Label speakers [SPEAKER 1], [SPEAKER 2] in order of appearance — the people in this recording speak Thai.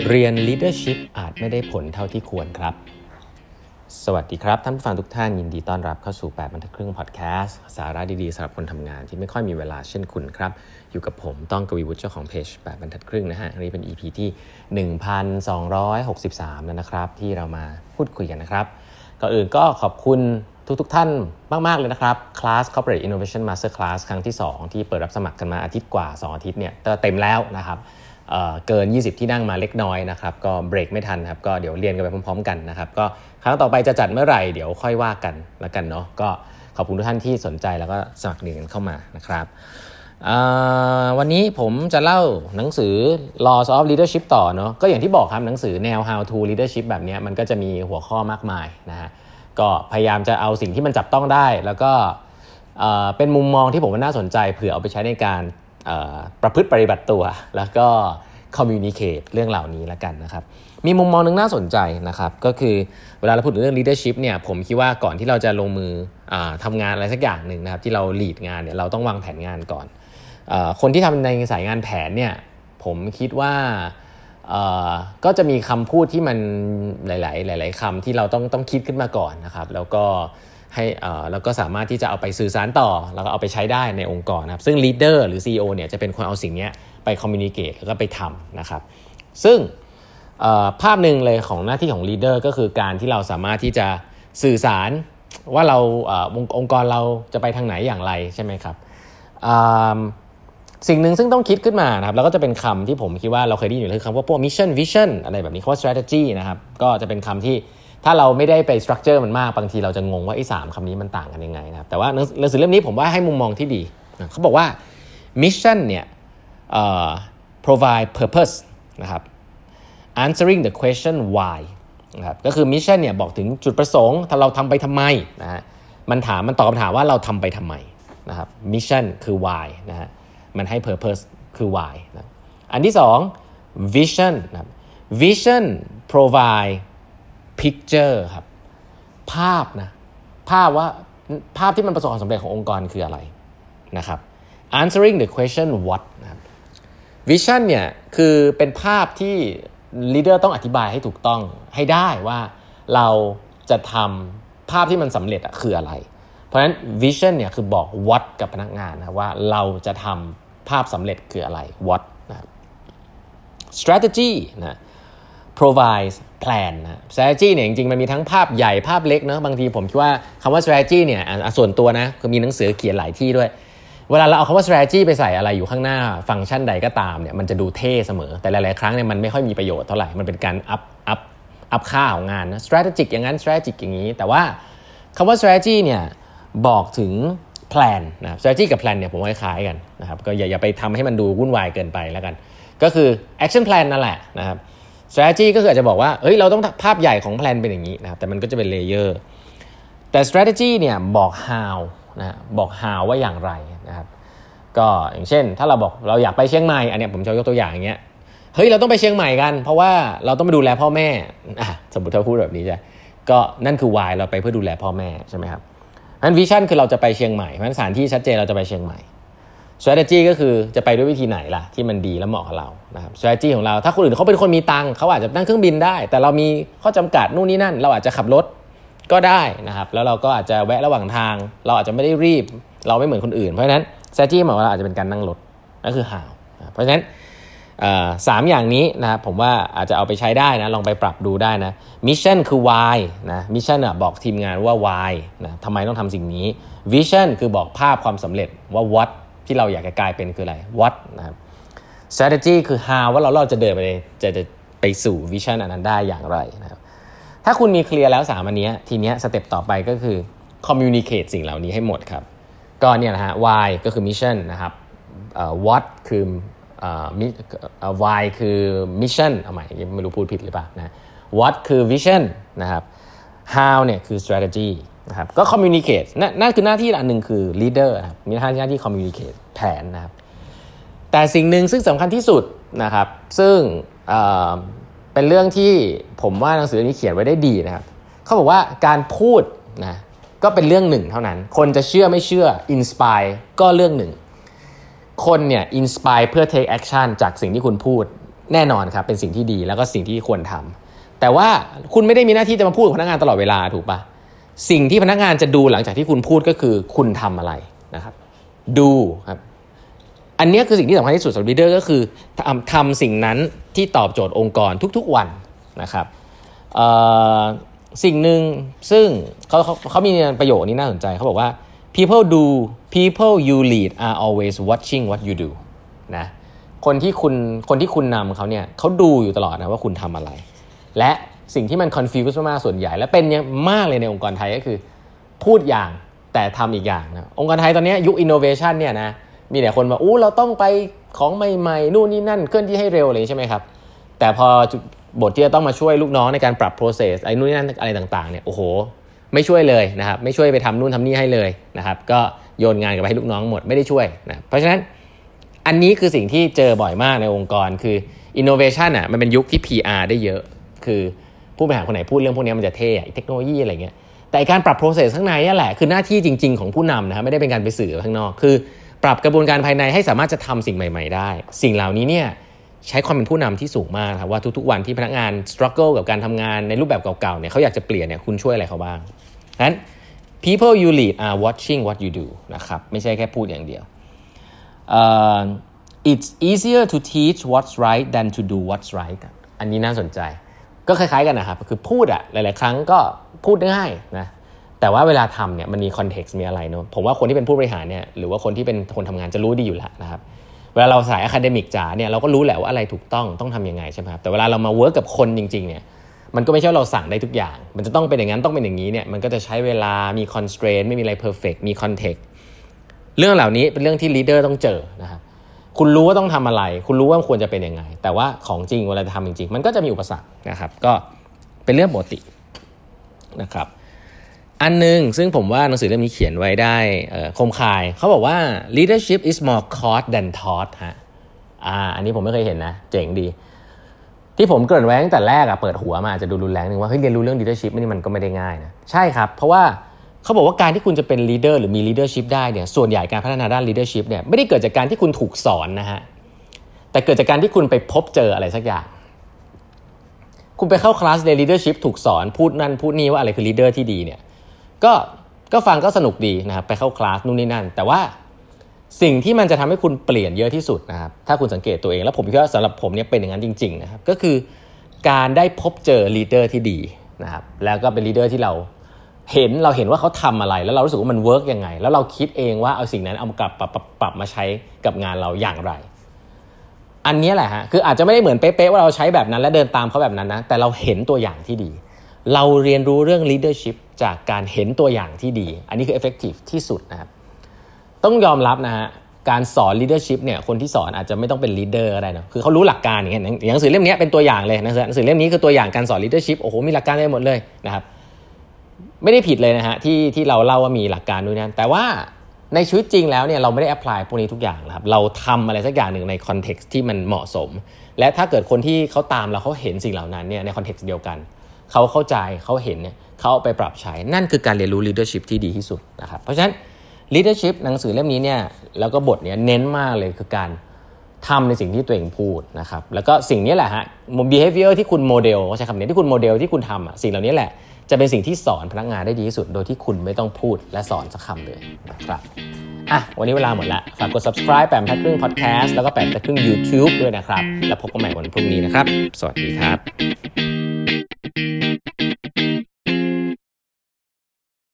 [SPEAKER 1] เรียน leadership อาจไม่ได้ผลเท่าที่ควรครับสวัสดีครับท่านผู้ฟังทุกท่านยินดีต้อนรับเข้าสู่8บรรทัดครึ่งพอดแคสต์สาระดีๆสำหรับคนทำงานที่ไม่ค่อยมีเวลาเช่นคุณครับอยู่กับผมต้องกวีวุฒิเจ้าของเพจ8บรรทัดครึ่งนะฮะอันนี้เป็น EP ที่ 1263 แล้วนะครับที่เรามาพูดคุยกันนะครับก่อนอื่นก็ขอบคุณทุกท่านมากๆเลยนะครับคลาส Corporate Innovation Master Class ครั้งที่2ที่เปิดรับสมัครกันมาอาทิตย์กว่า2อาทิตย์เนี่ยเต็มแล้วนะครับเกิน20ที่นั่งมาเล็กน้อยนะครับก็เบรกไม่ทันครับก็เดี๋ยวเรียนกันไปพร้อมๆกันนะครับก็ครั้งต่อไปจะจัดเมื่อไหร่เดี๋ยวค่อยว่ากันแล้วกันเนาะก็ขอบคุณทุกท่านที่สนใจแล้วก็สมัครเรียนกันเข้ามานะครับวันนี้ผมจะเล่าหนังสือ Laws of Leadership ต่อเนาะก็อย่างที่บอกครับหนังสือแนว How to Leadership แบบนี้มันก็จะมีหัวข้อมากมายนะฮะก็พยายามจะเอาสิ่งที่มันจับต้องได้แล้วก็เป็นมุมมองที่ผมว่าน่าสนใจเผื่อเอาไปใช้ในการประพฤติปฏิบัติตัวแล้วก็ communicate เรื่องเหล่านี้แล้วกันนะครับมีมุมมองนึงน่าสนใจนะครับก็คือเวลาเราพูดถึงเรื่อง leadership เนี่ยผมคิดว่าก่อนที่เราจะลงมือทำงานอะไรสักอย่างหนึ่งนะครับที่เรา lead งานเนี่ยเราต้องวางแผนงานก่อนคนที่ทำในสายงานแผนเนี่ยผมคิดว่าก็จะมีคำพูดที่มันหลายคำที่เราต้องคิดขึ้นมาก่อนนะครับแล้วก็สามารถที่จะเอาไปสื่อสารต่อแล้วก็เอาไปใช้ได้ในองค์กรนะครับซึ่ง leader หรือ CEO เนี่ยจะเป็นคนเอาสิ่งนี้ไป communicate แล้วก็ไปทำนะครับซึ่งภาพหนึ่งเลยของหน้าที่ของ leader ก็คือการที่เราสามารถที่จะสื่อสารว่าเราองค์กรเราจะไปทางไหนอย่างไรใช่ไหมครับสิ่งหนึ่งซึ่งต้องคิดขึ้นมานะครับแล้วก็จะเป็นคำที่ผมคิดว่าเราเคยได้ยินอยู่คือคำว่าพวก mission vision อะไรแบบนี้คำว่า strategy นะครับก็จะเป็นคำที่ถ้าเราไม่ได้ไป structure มันมากบางทีเราจะงงว่าไอ้3คำนี้มันต่างกันยังไงนะครับแต่ว่าหนังสือเล่มนี้ผมว่าให้มุมมองที่ดีเขาบอกว่า mission เนี่ยprovide purpose นะครับ answering the question why นะครับก็คือ mission เนี่ยบอกถึงจุดประสงค์ถ้าเราทำไปทำไมนะฮะมันตอบคำถามว่าเราทำไปทำไมนะครับ mission คือ why นะฮะมันให้ purpose คือ why นะอันที่2 vision นะครับ vision provide picture ครับภาพภาพที่มันประสบความสำเร็จขององค์กรคืออะไรนะครับ answering the question what นะครับ vision เนี่ยคือเป็นภาพที่ leader ต้องอธิบายให้ถูกต้องให้ได้ว่าเราจะทำภาพที่มันสำเร็จคืออะไรเพราะฉะนั้น vision เนี่ยคือบอก what กับพนักงานนะว่าเราจะทำภาพสำเร็จคืออะไร what นะครับ strategy นะ provides plan นะ strategy เนี่ยจริงๆมันมีทั้งภาพใหญ่ภาพเล็กเนาะบางทีผมคิดว่าคำว่า strategy เนี่ยส่วนตัวนะคือมีหนังสือเขียนหลายที่ด้วยเวลาเราเอาคำว่า strategy ไปใส่อะไรอยู่ข้างหน้าฟังก์ชันใดก็ตามเนี่ยมันจะดูเท่เสมอแต่หลายๆครั้งเนี่ยมันไม่ค่อยมีประโยชน์เท่าไหร่มันเป็นการอัพค่าของงานนะ strategic อย่างนั้น strategic อย่างนี้แต่ว่าคำว่า strategy เนี่ยบอกถึง plan นะ strategy กับ plan เนี่ยผมว่าคล้ายกันนะครับก็อย่าไปทำให้มันดูวุ่นวายเกินไปแล้วกันก็คือ action plan นั่นแหละนะครับ strategy ก็คืออาจจะบอกว่าเราต้องภาพใหญ่ของ plan เป็นอย่างนี้นะครับแต่มันก็จะเป็น layer แต่ strategy เนี่ยบอก how นะบอก how ว่าอย่างไรนะครับก็อย่างเช่นถ้าเราบอกเราอยากไปเชียงใหม่อันเนี้ยผมจะยกตัวอย่างอย่างเงี้ยเราต้องไปเชียงใหม่กันเพราะว่าเราต้องไปดูแลพ่อแม่สมมุติถ้าพูดแบบนี้จะก็นั่นคือ why เราไปเพื่อดูแลพ่อแม่ใช่ไหมครับงั้น vision คือเราจะไปเชียงใหม่เพราะฉะนั้นสถานที่ชัดเจนเราจะไปเชียงใหม่ strategy ก็คือจะไปด้วยวิธีไหนล่ะที่มันดีและเหมาะกับเรานะครับ strategy ของเราถ้าคนอื่นเขาเป็นคนมีตังค์เขาอาจจะนั่งเครื่องบินได้แต่เรามีข้อจำกัดนู่นนี่นั่นเราอาจจะขับรถก็ได้นะครับแล้วเราก็อาจจะแวะระหว่างทางเราอาจจะไม่ได้รีบเราไม่เหมือนคนอื่นเพราะฉะนั้น strategy ของเราอาจจะเป็นการนั่งรถนั่นคือ how เพราะฉะนั้น3อย่างนี้นะครับผมว่าอาจจะเอาไปใช้ได้นะลองไปปรับดูได้นะ mission คือ why นะ mission บอกทีมงานว่า why นะทำไมต้องทำสิ่งนี้ vision คือบอกภาพความสำเร็จว่า what ที่เราอยากจะกลายเป็นคืออะไร what นะครับ strategy คือ how ว่าเราจะเดินไปสู่ vision อันนั้นได้อย่างไรนะครับถ้าคุณมีเคลียร์แล้ว3อันนี้ทีนี้สเต็ปต่อไปก็คือ communicate สิ่งเหล่านี้ให้หมดครับก็เนี่ยนะฮะ why ก็คือ mission นะครับwhat คือwhy คือ mission เอาใหม่ไม่รู้พูดผิดหรือเปล่านะ what คือ vision นะครับ how เนี่ยคือ strategy นะครับก็ communicate นั่นคือหน้าที่อันหนึ่งคือ leader นะครับมีหน้าที่ communicate แผนนะครับแต่สิ่งหนึ่งซึ่งสำคัญที่สุดนะครับซึ่งเป็นเรื่องที่ผมว่าหนังสือนี้เขียนไว้ได้ดีนะครับเขาบอกว่าการพูดนะก็เป็นเรื่องหนึ่งเท่านั้นคนจะเชื่อไม่เชื่อ inspire ก็เรื่องหนึ่งคนเนี่ย inspire เพื่อ take action จากสิ่งที่คุณพูดแน่นอนครับเป็นสิ่งที่ดีแล้วก็สิ่งที่ควรทำแต่ว่าคุณไม่ได้มีหน้าที่จะมาพูดกับพนักงานตลอดเวลาถูกปะสิ่งที่พนักงานจะดูหลังจากที่คุณพูดก็คือคุณทำอะไรนะครับดูครับอันนี้คือสิ่งที่สำคัญที่สุดสำหรับลีดเดอร์ก็คือทำสิ่งนั้นที่ตอบโจทย์องค์กรทุกๆวันนะครับสิ่งหนึ่งซึ่งเขามีประโยคนี้น่าสนใจเขาบอกว่า people you lead are always watching what you do นะคนที่คุณนำเขาเนี่ยเขาดูอยู่ตลอดนะว่าคุณทำอะไรและสิ่งที่มัน confuse มากๆส่วนใหญ่และเป็นมากเลยในองค์กรไทยก็คือพูดอย่างแต่ทำอีกอย่างนะองค์กรไทยตอนนี้ยุค innovation เนี่ยนะมีแต่คนมาเราต้องไปของใหม่ๆนู่นนี่นั่นเคลื่อนที่ให้เร็วเลยใช่ไหมครับแต่พอบทที่จะต้องมาช่วยลูกน้องในการปรับ process ไอ้นู่นนี่นั่นอะไรต่างๆเนี่ยโอ้โหไม่ช่วยเลยนะครับไม่ช่วยไปทำนู่นทำนี่ให้เลยนะครับก็โยนงานกลับไปให้ลูกน้องหมดไม่ได้ช่วยนะเพราะฉะนั้นอันนี้คือสิ่งที่เจอบ่อยมากในองค์กรคือ innovation อ่ะมันเป็นยุคที่ PR ได้เยอะคือผู้บริหารคนไหนพูดเรื่องพวกนี้มันจะเท่เทคโนโลยีอะไรเงี้ยแต่การปรับ process ข้างในนี่แหละคือหน้าที่จริงๆของผู้นำนะครับไม่ได้เป็นการไปสื่อข้างนอกคือปรับกระบวนการภายในให้สามารถจะทำสิ่งใหม่ๆได้สิ่งเหล่านี้เนี่ยใช้ความเป็นผู้นำที่สูงมากครับว่าทุกๆวันที่พนักงาน struggle กับการทำงานในรูปแบบเก่าๆเนี่ยเขาอยากจะเปลี่ยนเนี่ยคุณช่วยอะไรเขาบ้างงั้น people you lead are watching what you do นะครับไม่ใช่แค่พูดอย่างเดียวit's easier to teach what's right than to do what's right อันนี้น่าสนใจก็คล้ายๆกันนะครับคือพูดหลายๆครั้งก็พูดง่ายนะแต่ว่าเวลาทำเนี่ยมันมีคอนเท็กซ์มีอะไรเนาะผมว่าคนที่เป็นผู้บริหารเนี่ยหรือว่าคนที่เป็นคนทำงานจะรู้ดีอยู่แล้วนะครับเวลาเราสายอะคาเดมิกจ๋าเนี่ยเราก็รู้แหละว่าอะไรถูกต้องทำยังไงใช่ไหมครับแต่เวลาเรามาเวิร์กกับคนจริงๆเนี่ยมันก็ไม่ใช่เราสั่งได้ทุกอย่างมันจะต้องเป็นอย่างนั้นต้องเป็นอย่างนี้เนี่ยมันก็จะใช้เวลามีคอนสเตรนท์ไม่มีอะไรเพอร์เฟกต์มีคอนเท็กซ์เรื่องเหล่านี้เป็นเรื่องที่ลีดเดอร์ต้องเจอนะครับคุณรู้ว่าต้องทำอะไรคุณรู้ว่าควรจะเป็นยังไงแต่ว่าของจริงเวลาจะทำจริงๆมันก็จะมีอุปสรรคนะครับก็เป็นเรื่องปกตินะครับอันนึงซึ่งผมว่าหนังสือเล่มนี้เขียนไว้ได้คมคายเขาบอกว่า leadership is more caught than taught ฮะอันนี้ผมไม่เคยเห็นนะเจ๋งดีที่ผมเกริ่นไว้ตั้งแต่แรกเปิดหัวมาอาจจะดูรุนแรงนึงว่าเรียนรู้เรื่อง leadership นี่มันก็ไม่ได้ง่ายนะใช่ครับเพราะว่าเขาบอกว่าการที่คุณจะเป็น leader หรือมี leadership ได้เนี่ยส่วนใหญ่การพัฒนาด้าน leadership เนี่ยไม่ได้เกิดจากการที่คุณถูกสอนนะฮะแต่เกิดจากการที่คุณไปพบเจออะไรสักอย่างคุณไปเข้าคลาสเรียน leadership ถูกสอนพูดนั่นพูดนี่ว่าอะไรคือ leader ที่ดีเนี่ยก็ฟังก็สนุกดีนะครับไปเข้าคลาสนู่นนี่นั่นแต่ว่าสิ่งที่มันจะทำให้คุณเปลี่ยนเยอะที่สุดนะครับถ้าคุณสังเกตตัวเองแล้วผมคิดว่าสำหรับผมเนี่ยเป็นอย่างนั้นจริงๆนะครับก็คือการได้พบเจอ leader ที่ดีนะครับแล้วก็เป็น leader ที่เราเห็นว่าเขาทำอะไรแล้วเรารู้สึกว่ามันเวิร์กยังไงแล้วเราคิดเองว่าเอาสิ่งนั้นเอากลับปรับมาใช้กับงานเราอย่างไรอันนี้แหละฮะคืออาจจะไม่ได้เหมือนเป๊ะๆว่าเราใช้แบบนั้นและเดินตามเขาแบบนั้นนะแต่เราเห็นตัวอย่างที่ดีเราเรียนรู้เรื่อง leadership จากการเห็นตัวอย่างที่ดีอันนี้คือ effective ที่สุดนะครับต้องยอมรับนะฮะการสอน leadership เนี่ยคนที่สอนอาจจะไม่ต้องเป็น leader ก็ได้นะคือเขารู้หลักการอย่างเงี้ยหนังสือเล่มนี้เป็นตัวอย่างเลยหนังสือเล่มนี้คือตัวอย่างการสอน leadership โอ้โหมีหลักการได้หมดเลยนะครับไม่ได้ผิดเลยนะฮะที่เราเล่าว่ามีหลักการด้วยนะแต่ว่าในชีวิตจริงแล้วเนี่ยเราไม่ได้ apply พวกนี้ทุกอย่างนะครับเราทำอะไรสักอย่างหนึ่งใน context ที่มันเหมาะสมและถ้าเกิดคนที่เขาตามเราเขาเห็นสิ่งเหล่านั้นเนี่ยใน context เดียวกันเขาเข้าใจเขาเห็นเนี่ยเขาเอาไปปรับใช้นั่นคือการเรียนรู้ leadership ที่ดีที่สุดนะครับเพราะฉะนั้น leadership หนังสือเล่มนี้เนี่ยแล้วก็บทเนี่ยเน้นมากเลยคือการทำในสิ่งที่ตัวเองพูดนะครับแล้วก็สิ่งนี้แหละฮะ behavior ที่คุณโมเดลใช้คำนี้ที่คุณโมเดลที่คุณทำสิ่งเหล่านี้แหละจะเป็นสิ่งที่สอนพนักงานได้ดีที่สุดโดยที่คุณไม่ต้องพูดและสอนสักคำเลยนะครับวันนี้เวลาหมดแล้วฝากกด subscribe แปมทัดครึ่ง podcast แล้วก็แปมทัดครึ่ง YouTube ด้วยนะครับแล้วพบกันใหม่วันพรุ่งนี้นะครับสวัสดีครับ